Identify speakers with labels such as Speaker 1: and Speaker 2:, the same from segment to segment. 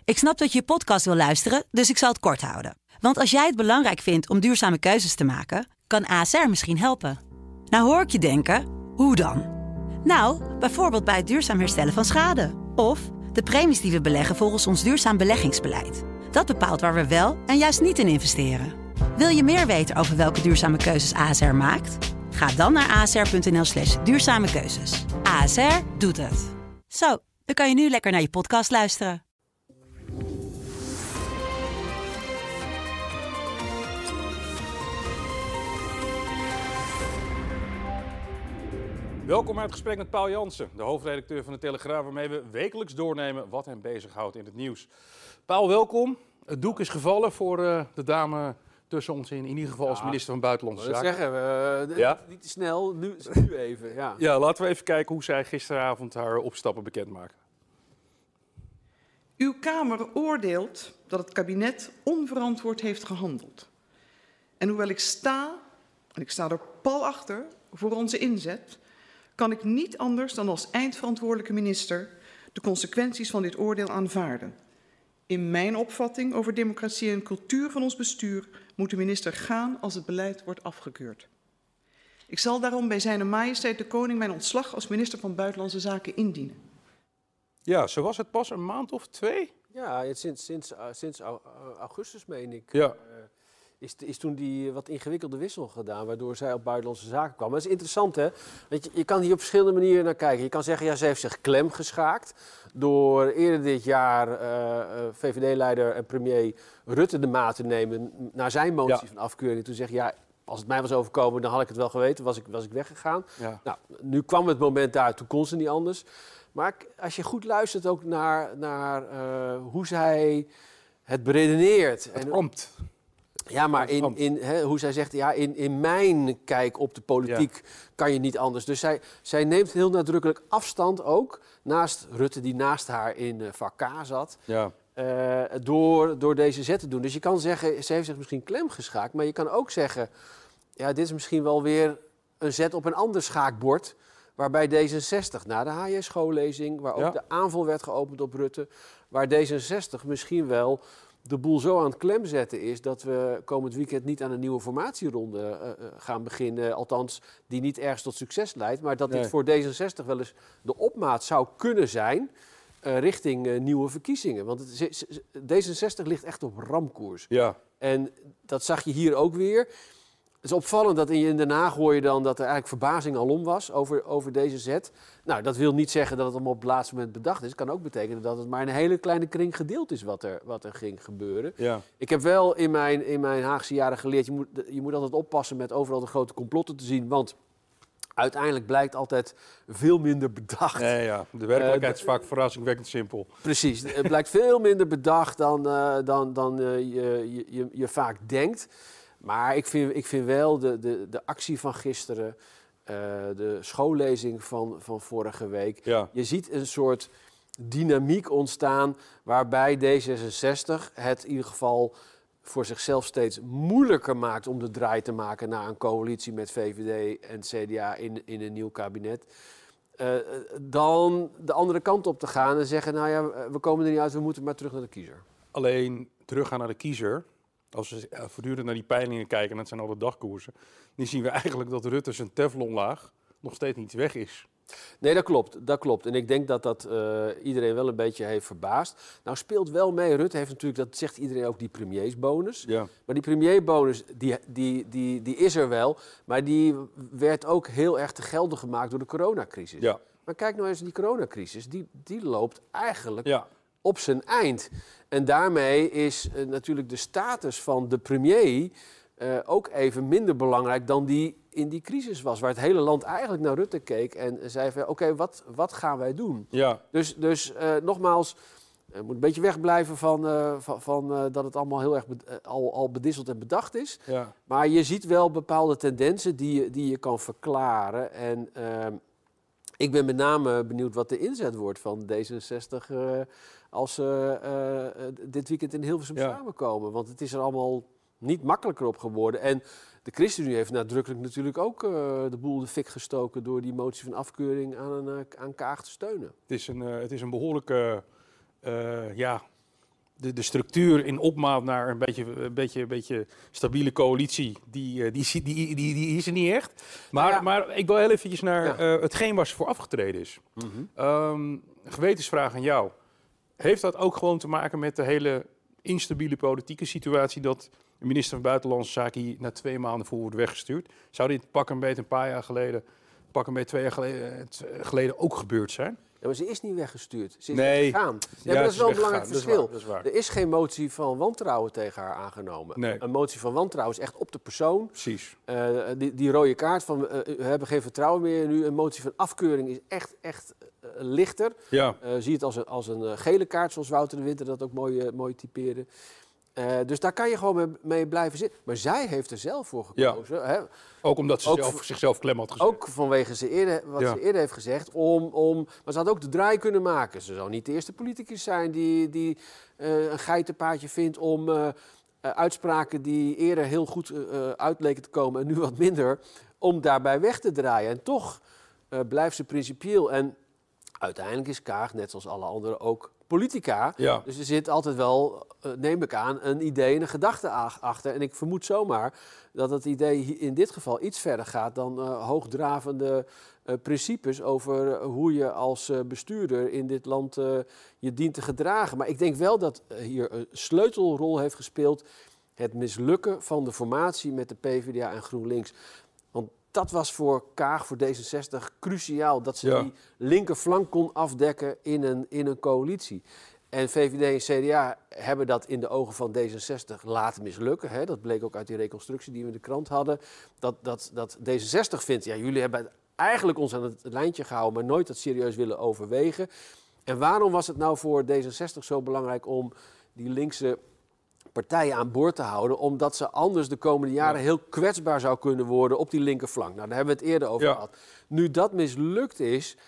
Speaker 1: Ik snap dat je podcast wil luisteren, dus ik zal het kort houden. Want als jij het belangrijk vindt om duurzame keuzes te maken, kan ASR misschien helpen. Nou hoor ik je denken, hoe dan? Nou, bijvoorbeeld bij het duurzaam herstellen van schade. Of de premies die we beleggen volgens ons duurzaam beleggingsbeleid. Dat bepaalt waar we wel en juist niet in investeren. Wil je meer weten over welke duurzame keuzes ASR maakt? Ga dan naar asr.nl/duurzame keuzes. ASR doet het. Zo, dan kan je nu lekker naar je podcast luisteren.
Speaker 2: Welkom bij het gesprek met Paul Jansen, de hoofdredacteur van de Telegraaf, waarmee we wekelijks doornemen wat hem bezighoudt in het nieuws. Paul, welkom. Het doek is gevallen voor de dame tussen ons in ieder geval als minister van Buitenlandse Zaken.
Speaker 3: Zeggen, niet te snel, nu even.
Speaker 2: Ja, laten we even kijken hoe zij gisteravond haar opstappen bekendmaakte.
Speaker 4: Uw Kamer oordeelt dat het kabinet onverantwoord heeft gehandeld. En hoewel ik sta er pal achter voor onze inzet, kan ik niet anders dan als eindverantwoordelijke minister de consequenties van dit oordeel aanvaarden. In mijn opvatting over democratie en cultuur van ons bestuur moet de minister gaan als het beleid wordt afgekeurd. Ik zal daarom bij Zijne Majesteit de Koning mijn ontslag als minister van Buitenlandse Zaken indienen.
Speaker 2: Ja, zo was het pas een maand of 2?
Speaker 3: Ja, sinds augustus, meen ik.
Speaker 2: Ja.
Speaker 3: Is toen die wat ingewikkelde wissel gedaan, waardoor zij op Buitenlandse Zaken kwam. Maar dat is interessant, hè? Want je kan hier op verschillende manieren naar kijken. Je kan zeggen, ja, ze heeft zich klem geschaakt door eerder dit jaar VVD-leider en premier Rutte de maat te nemen naar zijn motie van afkeuring. Toen zeg je, ja, als het mij was overkomen, dan had ik het wel geweten, was ik weggegaan. Ja. Nou, nu kwam het moment daar, toen kon ze niet anders. Maar als je goed luistert ook naar hoe zij het beredeneert.
Speaker 2: Het ambt.
Speaker 3: Ja, maar hoe zij zegt, ja, in mijn kijk op de politiek kan je niet anders. Dus zij neemt heel nadrukkelijk afstand ook, naast Rutte die naast haar in vak K zat, door deze zet te doen. Dus je kan zeggen, ze heeft zich misschien klem geschaakt, maar je kan ook zeggen, ja, dit is misschien wel weer een zet op een ander schaakbord, waarbij D66 na de HJ-schoollezing, waar ook de aanval werd geopend op Rutte, waar D66 misschien wel de boel zo aan het klem zetten is dat we komend weekend niet aan een nieuwe formatieronde gaan beginnen. Althans, die niet ergens tot succes leidt. Maar dat dit voor D66 wel eens de opmaat zou kunnen zijn richting nieuwe verkiezingen. Want D66 ligt echt op ramkoers. Ja. En dat zag je hier ook weer. Het is opvallend dat in Den Haag hoor je dan dat er eigenlijk verbazing alom was over deze zet. Nou, dat wil niet zeggen dat het allemaal op het laatste moment bedacht is. Het kan ook betekenen dat het maar een hele kleine kring gedeeld is wat er ging gebeuren. Ja. Ik heb wel in mijn Haagse jaren geleerd, je moet altijd oppassen met overal de grote complotten te zien. Want uiteindelijk blijkt altijd veel minder bedacht.
Speaker 2: Nee, ja. De werkelijkheid is vaak verrassingwekkend simpel.
Speaker 3: Precies, het blijkt veel minder bedacht dan je vaak denkt. Maar ik vind wel de actie van gisteren, de schoollezing van vorige week. Ja. Je ziet een soort dynamiek ontstaan waarbij D66 het in ieder geval voor zichzelf steeds moeilijker maakt om de draai te maken naar een coalitie met VVD en CDA in een nieuw kabinet. Dan de andere kant op te gaan en zeggen, nou ja, we komen er niet uit, we moeten maar terug naar de kiezer.
Speaker 2: Alleen teruggaan naar de kiezer. Als we voortdurend naar die peilingen kijken, en dat zijn al de dagkoersen, dan zien we eigenlijk dat Rutte zijn teflonlaag nog steeds niet weg is.
Speaker 3: Nee, dat klopt. En ik denk dat iedereen wel een beetje heeft verbaasd. Nou speelt wel mee, Rutte heeft natuurlijk, dat zegt iedereen ook, die premiersbonus. Ja. Maar die premiersbonus, die is er wel, maar die werd ook heel erg te gelden gemaakt door de coronacrisis. Ja. Maar kijk nou eens, die coronacrisis, die loopt eigenlijk op zijn eind. En daarmee is natuurlijk de status van de premier ook even minder belangrijk dan die in die crisis was. Waar het hele land eigenlijk naar Rutte keek en zei van oké, wat gaan wij doen? Ja. Dus nogmaals, je moet een beetje wegblijven van dat het allemaal heel erg al bedisseld en bedacht is. Ja. Maar je ziet wel bepaalde tendensen die je kan verklaren. En ik ben met name benieuwd wat de inzet wordt van D66 als ze dit weekend in Hilversum samenkomen. Want het is er allemaal niet makkelijker op geworden. En de ChristenUnie heeft nadrukkelijk natuurlijk ook de boel de fik gestoken door die motie van afkeuring aan Kaag te steunen.
Speaker 2: Het is een behoorlijke de structuur in opmaat naar een beetje stabiele coalitie, die is er niet echt. Maar ik wil heel eventjes naar hetgeen waar ze voor afgetreden is. Gewetensvraag aan jou. Heeft dat ook gewoon te maken met de hele instabiele politieke situatie dat de minister van Buitenlandse Zaken hier na 2 maanden voor wordt weggestuurd? Zou dit pak een beetje 2 jaar geleden ook gebeurd zijn?
Speaker 3: Ja, maar ze is niet weggestuurd. Ze is weggegaan. Ja, maar dat is wel een belangrijk verschil.
Speaker 2: Dat is waar.
Speaker 3: Er is geen motie van wantrouwen tegen haar aangenomen.
Speaker 2: Nee.
Speaker 3: Een motie van wantrouwen is echt op de persoon.
Speaker 2: Precies.
Speaker 3: Die rode kaart van we hebben geen vertrouwen meer nu. Een motie van afkeuring is echt lichter.
Speaker 2: Ja.
Speaker 3: Zie het als een gele kaart, zoals Wouter de Winter dat ook mooi typeerde. Dus daar kan je gewoon mee blijven zitten. Maar zij heeft er zelf voor gekozen.
Speaker 2: Ja.
Speaker 3: Hè?
Speaker 2: Ook omdat ze zichzelf klem had gezet.
Speaker 3: Ook vanwege ze eerder heeft gezegd. Maar ze had ook de draai kunnen maken. Ze zou niet de eerste politicus zijn die een geitenpaadje vindt om uitspraken die eerder heel goed uitleken te komen en nu wat minder, om daarbij weg te draaien. En toch blijft ze principieel. En uiteindelijk is Kaag, net zoals alle anderen, ook politica. Ja. Dus er zit altijd wel, neem ik aan, een idee en een gedachte achter. En ik vermoed zomaar dat het idee in dit geval iets verder gaat dan hoogdravende principes over hoe je als bestuurder in dit land je dient te gedragen. Maar ik denk wel dat hier een sleutelrol heeft gespeeld het mislukken van de formatie met de PvdA en GroenLinks. Want dat was voor Kaag, voor D66, cruciaal. Dat ze die linkerflank kon afdekken in een coalitie. En VVD en CDA hebben dat in de ogen van D66 laten mislukken. Hè. Dat bleek ook uit die reconstructie die we in de krant hadden. Dat D66 vindt, jullie hebben eigenlijk ons aan het lijntje gehouden, maar nooit dat serieus willen overwegen. En waarom was het nou voor D66 zo belangrijk om die linkse partijen aan boord te houden, omdat ze anders de komende jaren heel kwetsbaar zou kunnen worden op die linkerflank. Nou, daar hebben we het eerder over gehad. Nu dat mislukt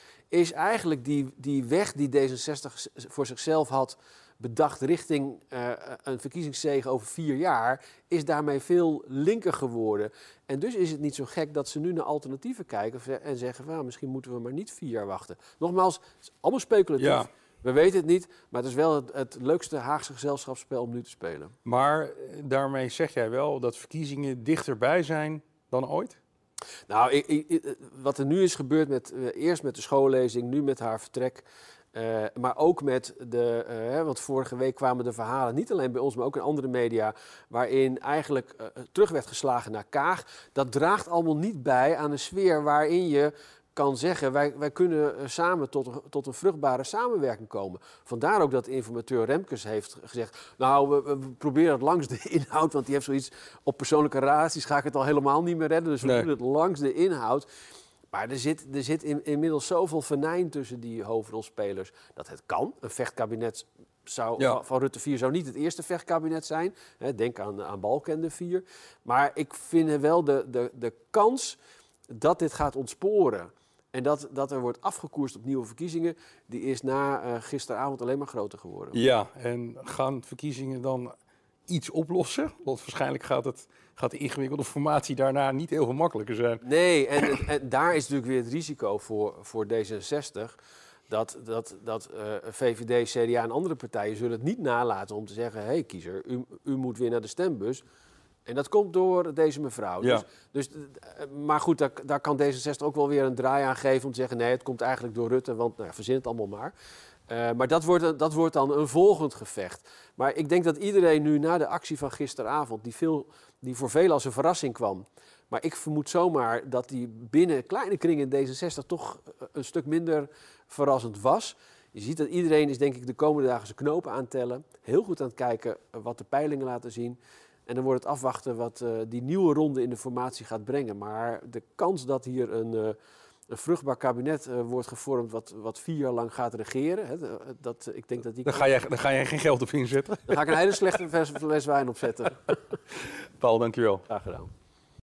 Speaker 3: is eigenlijk die weg die D66 voor zichzelf had bedacht richting een verkiezingszege over 4 jaar, is daarmee veel linker geworden. En dus is het niet zo gek dat ze nu naar alternatieven kijken en zeggen van, misschien moeten we maar niet 4 jaar wachten. Nogmaals, het is allemaal speculatief. Ja. We weten het niet, maar het is wel het leukste Haagse gezelschapsspel om nu te spelen.
Speaker 2: Maar daarmee zeg jij wel dat verkiezingen dichterbij zijn dan ooit?
Speaker 3: Nou, wat er nu is gebeurd, eerst met de schoollezing, nu met haar vertrek, maar ook met want vorige week kwamen de verhalen, niet alleen bij ons, maar ook in andere media, waarin eigenlijk terug werd geslagen naar Kaag. Dat draagt allemaal niet bij aan een sfeer waarin je kan zeggen, wij kunnen samen tot een vruchtbare samenwerking komen. Vandaar ook dat informateur Remkes heeft gezegd, nou, we proberen het langs de inhoud, want die heeft zoiets, op persoonlijke relaties ga ik het al helemaal niet meer redden, dus we doen het langs de inhoud. Maar er zit inmiddels zoveel venijn tussen die hoofdrolspelers dat het kan. Een vechtkabinet van Rutte 4 zou niet het eerste vechtkabinet zijn. Denk aan Balkenende 4. Maar ik vind wel de kans dat dit gaat ontsporen en dat er wordt afgekoerst op nieuwe verkiezingen, die is na gisteravond alleen maar groter geworden. Ja,
Speaker 2: en gaan verkiezingen dan iets oplossen? Want waarschijnlijk gaat de ingewikkelde formatie daarna niet heel veel makkelijker zijn.
Speaker 3: Nee, en daar is natuurlijk weer het risico voor D66... dat VVD, CDA en andere partijen zullen het niet nalaten om te zeggen, hey, kiezer, u moet weer naar de stembus. En dat komt door deze mevrouw. Ja. Maar goed, daar kan D66 ook wel weer een draai aan geven om te zeggen, nee, het komt eigenlijk door Rutte, want verzin het allemaal maar. Maar dat wordt dan een volgend gevecht. Maar ik denk dat iedereen nu na de actie van gisteravond, die voor velen als een verrassing kwam, maar ik vermoed zomaar dat die binnen kleine kringen in D66 toch een stuk minder verrassend was. Je ziet dat iedereen is, denk ik, de komende dagen zijn knopen aantellen. Heel goed aan het kijken wat de peilingen laten zien. En dan wordt het afwachten wat die nieuwe ronde in de formatie gaat brengen. Maar de kans dat hier een vruchtbaar kabinet wordt gevormd wat 4 jaar lang gaat regeren. Ik denk dat
Speaker 2: Daar ga jij geen geld op inzetten.
Speaker 3: Daar ga ik een hele slechte fles wijn op zetten.
Speaker 2: Paul, dankjewel.
Speaker 3: Graag gedaan.